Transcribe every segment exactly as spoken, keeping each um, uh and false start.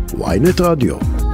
וויינט רדיו.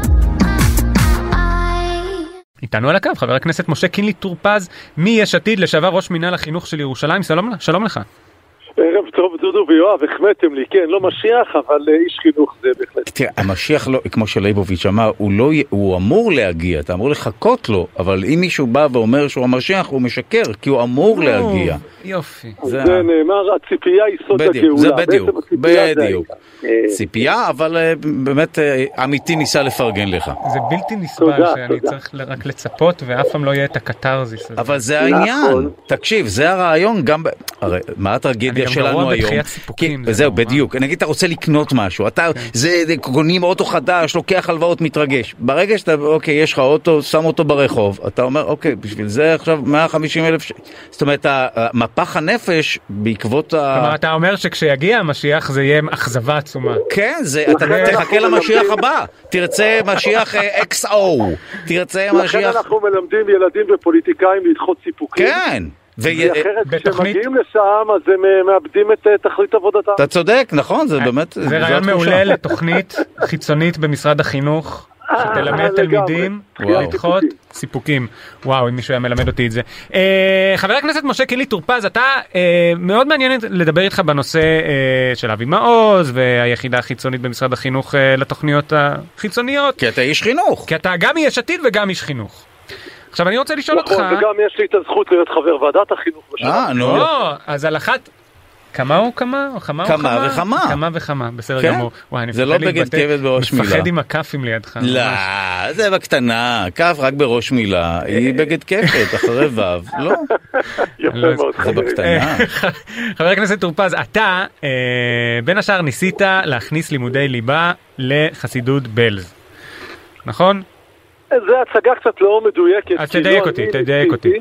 איתנו על הקו חבר הכנסת משה קינלי טור פז מיש עתיד, לשעבר ראש מינהל החינוך של ירושלים. שלום, שלום לך. ערב טוב דודו ויואב, החמאתם לי, כן, לא משיח, אבל איש חינוך זה בהחלט. תראה, המשיח, לא, כמו שלייבוביץ' אמר, הוא, לא, הוא אמור להגיע, אתה אמור לחכות לו, אבל אם מישהו בא ואומר שהוא המשיח, הוא משקר, כי הוא אמור או, להגיע. יופי. זה, זה נאמר, הציפייה היא סוד בדיוק, הגאולה. זה בדיוק, בדיוק. ציפייה, אבל באמת אמיתי ניסה לפרגן לך. זה בלתי נסבל תודה, שאני תודה. צריך רק לצפות, ואף פעם לא יהיה את הקטרזיס הזה. אבל זה העניין. תקשיב, זה הרעיון גם... הרי, מה הטרגדיה שלנו היום? וזהו, בדיוק. נגיד, אתה רוצה לקנות משהו, אתה, זה, קונים אוטו חדש, לוקח הלוואות, מתרגש. ברגע שאתה, אוקיי, יש לך אוטו, שם אותו ברחוב, אתה אומר, אוקיי, בשביל זה עכשיו מאה וחמישים אלף ש... זאת אומרת, מפח הנפש בעקבות ה... כלומר, אתה אומר שכשיגיע המשיח זה יהיה אכזבה עצומה. כן, זה, אתה תחכה למשיח הבא. תרצה משיח אקס או. תרצה משיח... לכן אנחנו מלמדים ילדים ופוליטיקאים לדחות סיפוקים. כן. ואחרת כשמגיעים לשם אז הם מאבדים את תכלית עבודתם. אתה צודק, נכון, זה באמת... זה רעיון מעולה לתוכנית חיצונית במשרד החינוך, שתלמד תלמידים לדחות סיפוקים. וואו, אם מישהו היה מלמד אותי את זה. חבר הכנסת משה קינלי טור פז, אתה מאוד מעניין לדבר איתך בנושא של אבי מעוז והיחידה החיצונית במשרד החינוך לתוכניות החיצוניות. כי אתה איש חינוך. כי אתה גם איש עתיד וגם איש חינוך. עכשיו אני רוצה לשאול אותך... נכון, וגם יש לי את הזכות להיות חבר ועדת החינוך. אה, נו. לא, אז על אחת... כמה או כמה? כמה כמה וכמה. כמה וכמה, בסדר גמור. זה לא בגד כבד בראש מילה. מפחד עם הכפים לידך. לא, זה בקטנה. כף רק בראש מילה. היא בגד כבד, אחרי וו. לא. זה בקטנה. חבר הכנסת טור פז, אתה בין השאר ניסית להכניס לימודי ליבה לחסידות בלז. נכון? זה הצגה קצת לא מדויקת. אז תדייק אותי, תדייק אותי.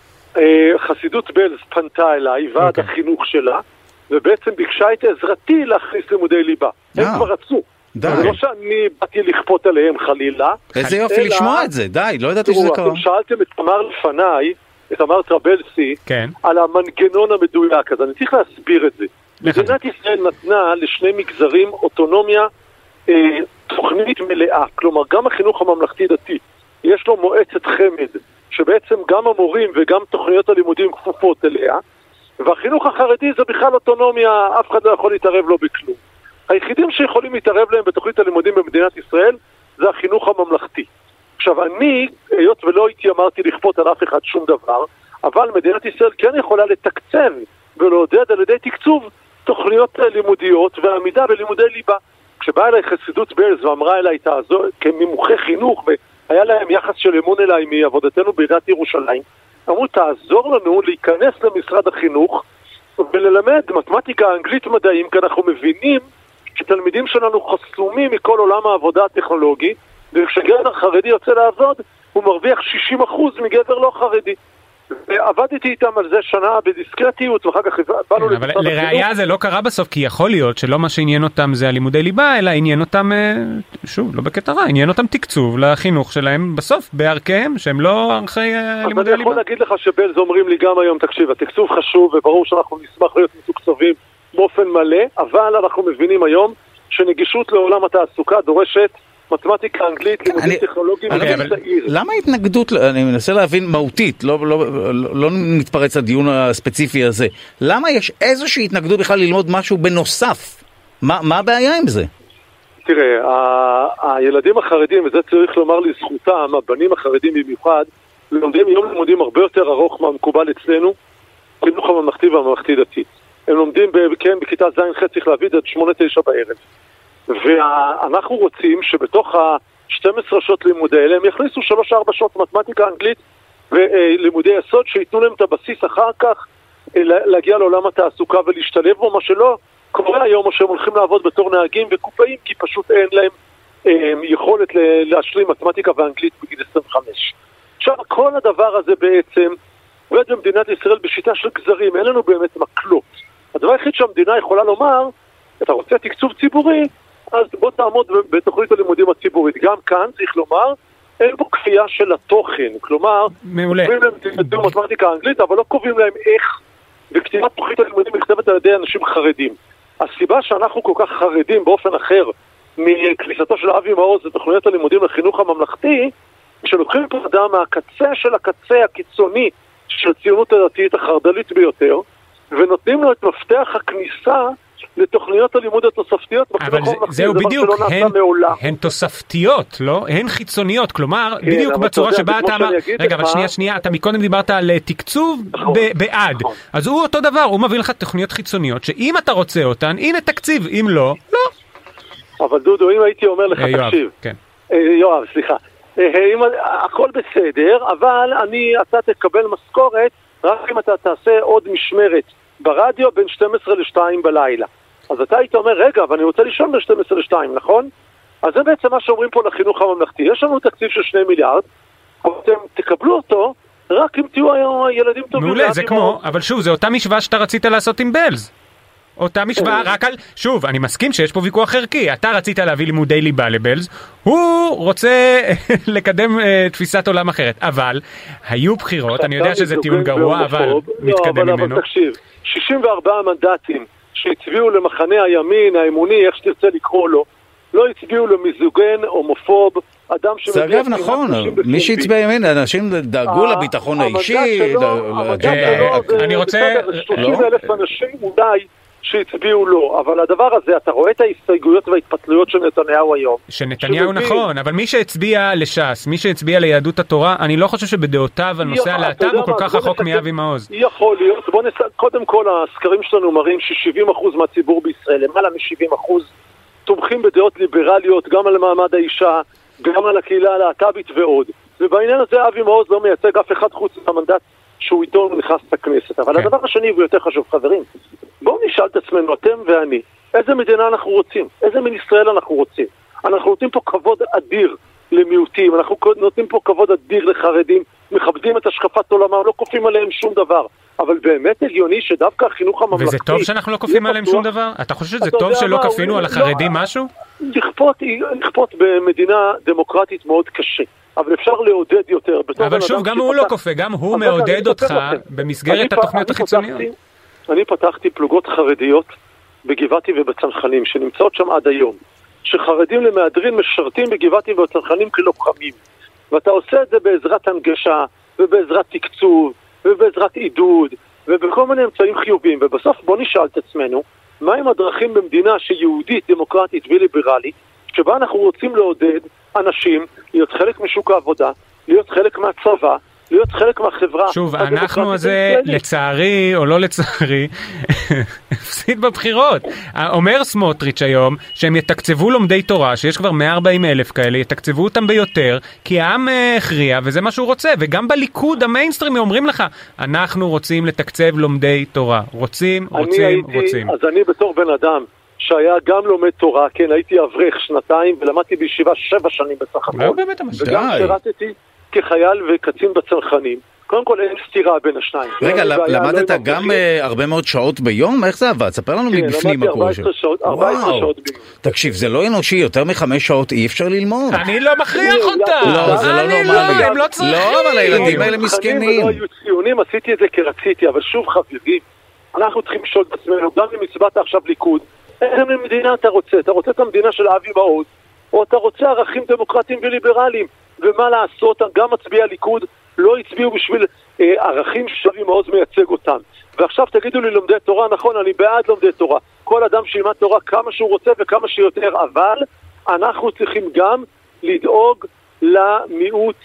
חסידות בלז פנתה אליי, ועד החינוך שלה, ובעצם ביקשה את עזרתי להכניס לימודי ליבה. הם כבר רצו. זה לא שאני באתי לכפות עליהם חלילה. איזה יופי לשמוע את זה, די, לא ידעתי שזה קרה. אתם שאלתם את תמר לפניי, את תמר טרבלסי, על המנגנון המדויק, אז אני צריך להסביר את זה. מדינת ישראל נתנה לשני מגזרים אוטונומיה תוכנית מלאה, כלומר גם החינוך הממלכתי דתי, יש לו מועצת חמד, שבעצם גם המורים וגם תוכניות הלימודים כפופות אליה, והחינוך החרדי זה בכלל אוטונומיה, אף אחד לא יכול להתערב לו בכלום. היחידים שיכולים להתערב להם בתוכנית הלימודים במדינת ישראל, זה החינוך הממלכתי. עכשיו אני, היות ולא התיימרתי לכפות על אף אחד שום דבר, אבל מדינת ישראל כן יכולה לתקצב ולעודד על ידי תקצוב תוכניות לימודיות ועמידה בלימודי ליבה. כשבאה אליי חסידות בלז ואמרה אליי תעזור כמומחי חינוך והיה להם יחס של אמון אליי מעבודתנו בעיריית ירושלים, אמרו תעזור לנו להיכנס למשרד החינוך וללמד מתמטיקה, אנגלית, מדעים, כי אנחנו מבינים שתלמידים שלנו חסומים מכל עולם העבודה הטכנולוגי, וכשגבר חרדי יוצא לעבוד הוא מרוויח שישים אחוז מגבר לא חרדי. ועבדתי איתם על זה שנה בדיסקרטיות, ואחר כך באנו למשרד החינוך. אבל לראיה זה לא קרה בסוף, כי יכול להיות שלא מה שעניין אותם זה הלימודי ליבה, אלא עניין אותם, שוב, לא בקטע רע, עניין אותם תקצוב לחינוך שלהם בסוף, בערכיהם, שהם לא ערכי לימודי ליבה. אני יכול להגיד לך שבלז אומרים לי גם היום, תקשיב, התקצוב חשוב, וברור שאנחנו נשמח להיות מתוקצבים באופן מלא, אבל אנחנו מבינים היום שנגישות לעולם התעסוקה דורשת מתמטיקה, אנגלית, לימודים טכנולוגיים. למה התנגדות, אני מנסה להבין מהותית, לא מתפרץ לדיון הספציפי הזה, למה יש איזושהי התנגדות בכלל ללמוד משהו בנוסף? מה הבעיה עם זה? תראה, הילדים החרדים, וזה צריך לומר לזכותם, הבנים החרדים במיוחד, לומדים יום לימודים הרבה יותר ארוך מהמקובל אצלנו, חינוך הממלכתי והממלכתי דתי. הם לומדים בכיתה ז' ח' צריך להביא עד שמונה תשע בערב. ואנחנו רוצים שבתוך ה-שתים עשרה שעות לימודי האלה הם יכניסו שלוש ארבע שעות מתמטיקה, אנגלית ולימודי יסוד שיתנו להם את הבסיס אחר כך להגיע לעולם התעסוקה ולהשתלב בו, מה שלא קורה היום או שהם הולכים לעבוד בתור נהגים וקופאים כי פשוט אין להם יכולת להשלים מתמטיקה ואנגלית בגיל עשרים וחמש. עכשיו כל הדבר הזה בעצם עובד במדינת ישראל בשיטה של גזרים, אין לנו באמת מקלות. הדבר היחיד שהמדינה יכולה לומר, אתה רוצה תקצוב ציבורי, אז בוא תעמוד בתוכנית הלימודים הציבורית. גם כאן צריך לומר, אין בו כפייה של התוכן. כלומר, מעולה. קובעים להם תלמדו מתמטיקה אנגלית, אבל לא קובעים להם איך, וכתיבת תוכנית הלימודים נכתבת על ידי אנשים חרדים. הסיבה שאנחנו כל כך חרדים באופן אחר מכניסתו של אבי מעוז לתוכניות הלימודים לחינוך הממלכתי, שלוקחים פה אדם מהקצה של הקצה הקיצוני של ציונות הדתית החרדלית ביותר, ונותנים לו את מפתח הכניסה לתוכניות הלימוד התוספתיות. אבל זה, זהו בדיוק, הן, הן תוספתיות, לא? הן חיצוניות, כלומר, כן, בדיוק בצורה שבה אתה אמר, רגע, אבל שנייה, שנייה, אתה מקודם דיברת על תקצוב נכון, ב- בעד, נכון. אז הוא אותו דבר, הוא מביא לך תוכניות חיצוניות, שאם אתה רוצה אותן, הנה תקציב, אם לא, לא. אבל דודו, אם הייתי אומר לך, יואב, תקשיב, כן. יואב, סליחה, הכל בסדר, אבל אני, אתה תקבל משכורת, רק אם אתה תעשה עוד משמרת ברדיו בין שתים עשרה לשתיים בלילה. אז אתה היית אומר, רגע, אבל אני רוצה לישון בין שתים עשרה לשתיים, נכון? אז זה בעצם מה שאומרים פה לחינוך הממלכתי. יש לנו תקציב של שני מיליארד, אבל אתם תקבלו אותו רק אם תהיו ילדים טובים. מעולה, זה כמו, אבל שוב, זה אותה משוואה שאתה רצית לעשות עם בלז. אותה משוואה, רק על, שוב, אני מסכים שיש פה ויכוח ערכי. אתה רצית להביא לימודי ליבה לבלז, הוא רוצה לקדם תפיסת עולם אחרת. אבל היו בחירות, אני יודע שזה טיעון גרוע, אבל מתקדם ממנו. אבל תקשיב, שישים וארבעה מנדטים שהצביעו למחנה הימין, האמוני, איך שתרצה לקרוא לו, לא הצביעו למיזוגן, הומופוב, אדם ש... זה אגב נכון, מי שהצביע ימין, אנשים דאגו לביטחון האישי, אני רוצה... שלושים אלף אנשים אולי שהצביעו לו, אבל הדבר הזה, אתה רואה את ההסתייגויות וההתפתלויות של נתניהו היום. שנתניהו נכון, אבל מי שהצביע לש"ס, מי שהצביע ליהדות התורה, אני לא חושב שבדעותיו הנושא הלהט"ב הוא כל כך רחוק מאבי מעוז. יכול להיות, בוא נסתכל, קודם כל הסקרים שלנו מראים ש-שבעים אחוז מהציבור בישראל, למעלה מ-שבעים אחוז, תומכים בדעות ליברליות, גם על מעמד האישה, גם על הקהילה הלהט"בית ועוד. ובעניין הזה אבי מעוז לא מייצג אף אחד חוץ מהמנדט שהוא איתו נכנס לכנסת. אבל הדבר השני הוא יותר חשוב, חברים. בואו נשאל את עצמנו, אתם ואני, איזה מדינה אנחנו רוצים? איזה מין ישראל אנחנו רוצים? אנחנו נותנים פה כבוד אדיר למיעוטים, אנחנו נותנים פה כבוד אדיר לחרדים, מכבדים את השקפת עולמם, לא כופים עליהם שום דבר. אבל באמת הגיוני שדווקא החינוך הממלכתי... וזה טוב שאנחנו לא כופים עליהם שום דבר? אתה חושב שזה טוב שלא כפינו על החרדים משהו? לכפות במדינה דמוקרטית מאוד קשה. אבל אפשר לעודד יותר. אבל שוב, גם הוא לא כופה, גם הוא מעודד אותך במסגרת התוכניות החיצוניות. אני פתחתי פלוגות חרדיות בגבעתי ובצנחנים, שנמצאות שם עד היום. שחרדים למהדרין משרתים בגבעתי ובצנחנים כלוחמים. ואתה עושה את זה בעזרת הנגשה, ובעזרת תקצוב, ובעזרת עידוד, ובכל מיני אמצעים חיוביים. ובסוף בוא נשאל את עצמנו, מהם הדרכים במדינה שיהודית, דמוקרטית וליברלית, שבה אנחנו רוצים לעודד אנשים להיות חלק משוק העבודה, להיות חלק מהצבא, להיות חלק מהחברה. שוב, אנחנו הזה, לצערי או לא לצערי, הפסיד בבחירות. אומר סמוטריץ' היום, שהם יתקצבו לומדי תורה, שיש כבר מאה וארבעים אלף כאלה, יתקצבו אותם ביותר, כי העם הכריע, וזה מה שהוא רוצה. וגם בליכוד, המיינסטרימי, אומרים לך, אנחנו רוצים לתקצב לומדי תורה. רוצים, רוצים, הייתי, רוצים. אז אני בתור בן אדם, שהיה גם לומד תורה, כן, הייתי אברך שנתיים, ולמדתי בישיבה שבע שנים בסך הכל. לא באמת המשל. וגם שירתתי כחייל וקצין בצנחנים. קודם כל אין סתירה בין השניים. רגע, למדת גם הרבה מאוד שעות ביום? איך זה עבד? ספר לנו מבפנים מה קורה שם. ארבע עשרה שעות ביום. תקשיב, זה לא אנושי, יותר מחמש שעות אי אפשר ללמוד. אני לא מכריח אותה. לא, זה לא נורמלי. הם לא צריכים. לא, אבל הילדים האלה מסכנים. לא היו ציונים, עשיתי את זה כרציתי, אבל שוב חביבים, אנחנו צריכים לשאול את עצמנו, גם אם הצבעת עכשיו ליכוד, איזה מדינה אתה רוצה? אתה רוצה את המדינה של אבי מעוז, או אתה רוצה ערכים דמוקרטיים וליברליים? ומה לעשות, גם מצביעי הליכוד לא הצביעו בשביל אה, ערכים שאבי מעוז מייצג אותם. ועכשיו תגידו לי לומדי תורה, נכון, אני בעד לומדי תורה. כל אדם שילמד תורה כמה שהוא רוצה וכמה שיותר, אבל אנחנו צריכים גם לדאוג למיעוט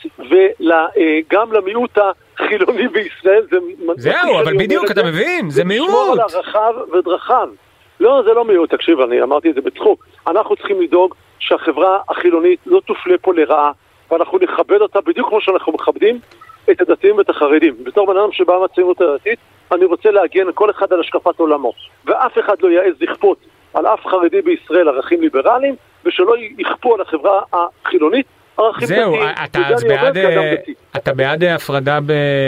וגם למיעוט החילוני בישראל. זה זהו, אבל בדיוק, אתה מבין, זה מיעוט. לשמור על הרחב ודרכיו. לא, זה לא מיעוט, תקשיב, אני אמרתי את זה בצחוק. אנחנו צריכים לדאוג שהחברה החילונית לא תופלה פה לרעה, ואנחנו נכבד אותה בדיוק כמו שאנחנו מכבדים את הדתיים ואת החרדים. בתור בן אדם שבא מהציונות הדתית, אני רוצה להגן כל אחד על השקפת עולמו. ואף אחד לא יעז לכפות על אף חרדי בישראל ערכים ליברליים, ושלא יכפו על החברה החילונית ערכים זהו, דתיים. אתה אז בעד, אתה בעד הפרדה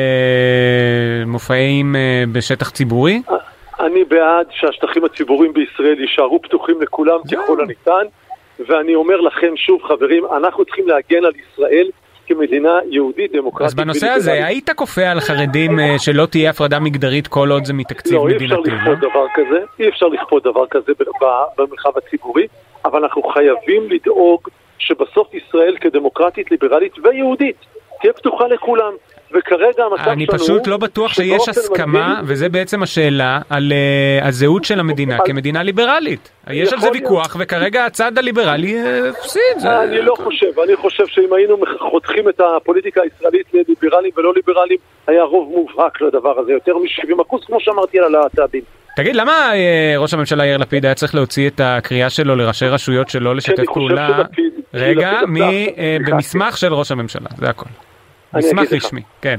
במופעים בשטח ציבורי? אני בעד שהשטחים הציבוריים בישראל יישארו פתוחים לכולם ככל הניתן. ואני אומר לכם שוב חברים, אנחנו צריכים להגן על ישראל כמדינה יהודית דמוקרטית. אז בנושא הזה, היית כופה על חרדים שלא תהיה הפרדה מגדרית כל עוד זה מתקציב מדינתי? לא, אי אפשר לכפות דבר כזה, אי אפשר לכפות דבר כזה במרחב הציבורי. אבל אנחנו חייבים לדאוג שבסוף ישראל כדמוקרטית, ליברלית ויהודית תהיה פתוחה לכולם. וכרגע המצב שלנו... אני פשוט לא בטוח שיש הסכמה, וזה בעצם השאלה, על הזהות של המדינה כמדינה ליברלית. יש על זה ויכוח, וכרגע הצד הליברלי הפסיד. אני לא חושב, אני חושב שאם היינו חותכים את הפוליטיקה הישראלית לליברלים ולא ליברלים, היה רוב מובהק לדבר הזה, יותר מ-שבעים אחוז, כמו שאמרתי על הלהט"בים. תגיד, למה ראש הממשלה יאיר לפיד היה צריך להוציא את הקריאה שלו לראשי רשויות שלו לשתף פעולה? רגע, במסמך של ראש הממשלה, זה הכל. מסמך רשמי, כן.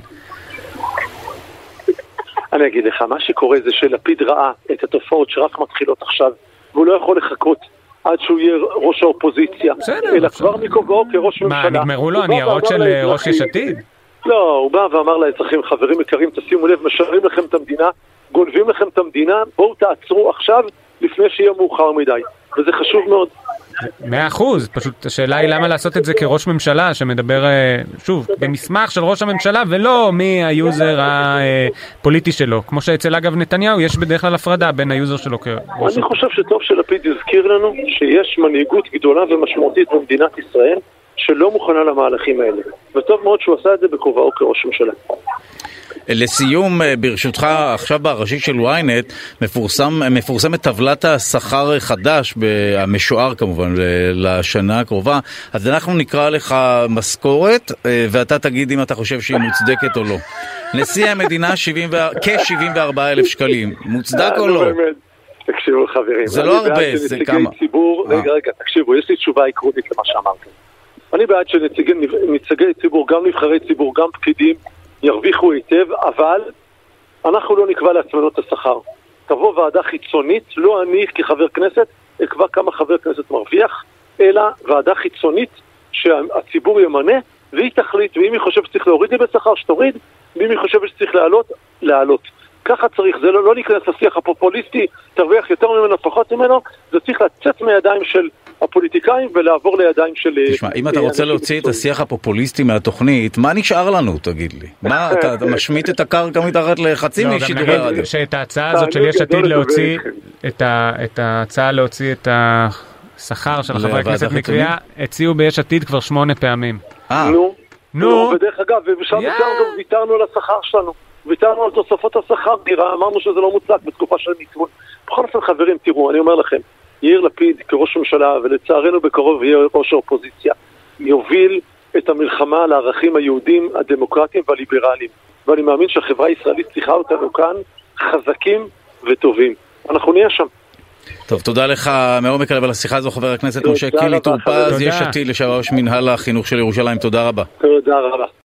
אני אגיד לך, מה שקורה זה שלפיד ראה את התופעות שרק מתחילות עכשיו, והוא לא יכול לחכות עד שהוא יהיה ראש האופוזיציה, אלא כבר מכובעו כראש ממשלה. מה, נגמרו לו הניירות של ראש יש עתיד? לא, הוא בא ואמר לאזרחים, חברים יקרים, תשימו לב, משרים לכם את המדינה, גונבים לכם את המדינה, בואו תעצרו עכשיו לפני שיהיה מאוחר מדי. וזה חשוב מאוד. מאה אחוז, פשוט השאלה היא למה לעשות את זה כראש ממשלה שמדבר, שוב, במסמך של ראש הממשלה ולא מי היוזר הפוליטי שלו. כמו שאצל אגב נתניהו יש בדרך כלל הפרדה בין היוזר שלו כראש. אני חושב שטוב שלפיד יזכיר לנו שיש מנהיגות גדולה ומשמעותית במדינת ישראל שלא מוכנה למהלכים האלה. וטוב מאוד שהוא עשה את זה בכובעו כראש ממשלה. לסיום, ברשותך, עכשיו בראשי של וויינט מפורסם, מפורסמת טבלת השכר חדש, המשוער כמובן, לשנה הקרובה. אז אנחנו נקרא לך משכורת, ואתה תגיד אם אתה חושב שהיא מוצדקת או לא. נשיא המדינה כ-שבעים וארבעה אלף שקלים. מוצדק או לא? תקשיבו חברים. זה לא הרבה, זה כמה. רגע, רגע, תקשיבו, יש לי תשובה עקרונית למה שאמרתם. אני בעד שנציגי ציבור, גם נבחרי ציבור, גם פקידים, ירוויחו היטב, אבל אנחנו לא נקבע לעצמנו את השכר. תבוא ועדה חיצונית, לא אני כחבר כנסת, אקבע כמה חבר כנסת מרוויח, אלא ועדה חיצונית שהציבור ימנה, והיא תחליט, ואם היא חושב שצריך להוריד לי בשכר, שתוריד, ואם היא חושב שצריך להעלות, להעלות. ככה צריך, זה לא, לא להיכנס לשיח הפופוליסטי, תרוויח יותר ממנו, פחות ממנו, זה צריך לצאת מידיים של הפוליטיקאים ולעבור לידיים של... תשמע, אם אתה רוצה להוציא את השיח הפופוליסטי מהתוכנית, מה נשאר לנו, תגיד לי? מה, אתה משמיט את הקרקע מתחת לחצי משידורי הרדיו? שאת ההצעה הזאת של יש עתיד להוציא, את ההצעה להוציא את השכר של חברי הכנסת מקריאה, הציעו ביש עתיד כבר שמונה פעמים. נו, נו. ודרך אגב, ושם ויתרנו על השכר שלנו. ויתרנו על תוספות השכר דירה, אמרנו שזה לא מוצלח בתקופה של ניצול. בכל אופן חברים, תראו, אני אומר לכם, יאיר לפיד כראש ממשלה, ולצערנו בקרוב יהיה ראש האופוזיציה, יוביל את המלחמה על הערכים היהודים, הדמוקרטיים והליברליים. ואני מאמין שהחברה הישראלית צריכה אותנו כאן חזקים וטובים. אנחנו נהיה שם. טוב, תודה לך מעומק הלב על השיחה הזו, חבר הכנסת משה קינלי טור פז, יש עתיד לשעבר ראש מינהל החינוך של ירושלים. תודה רבה. תודה רבה.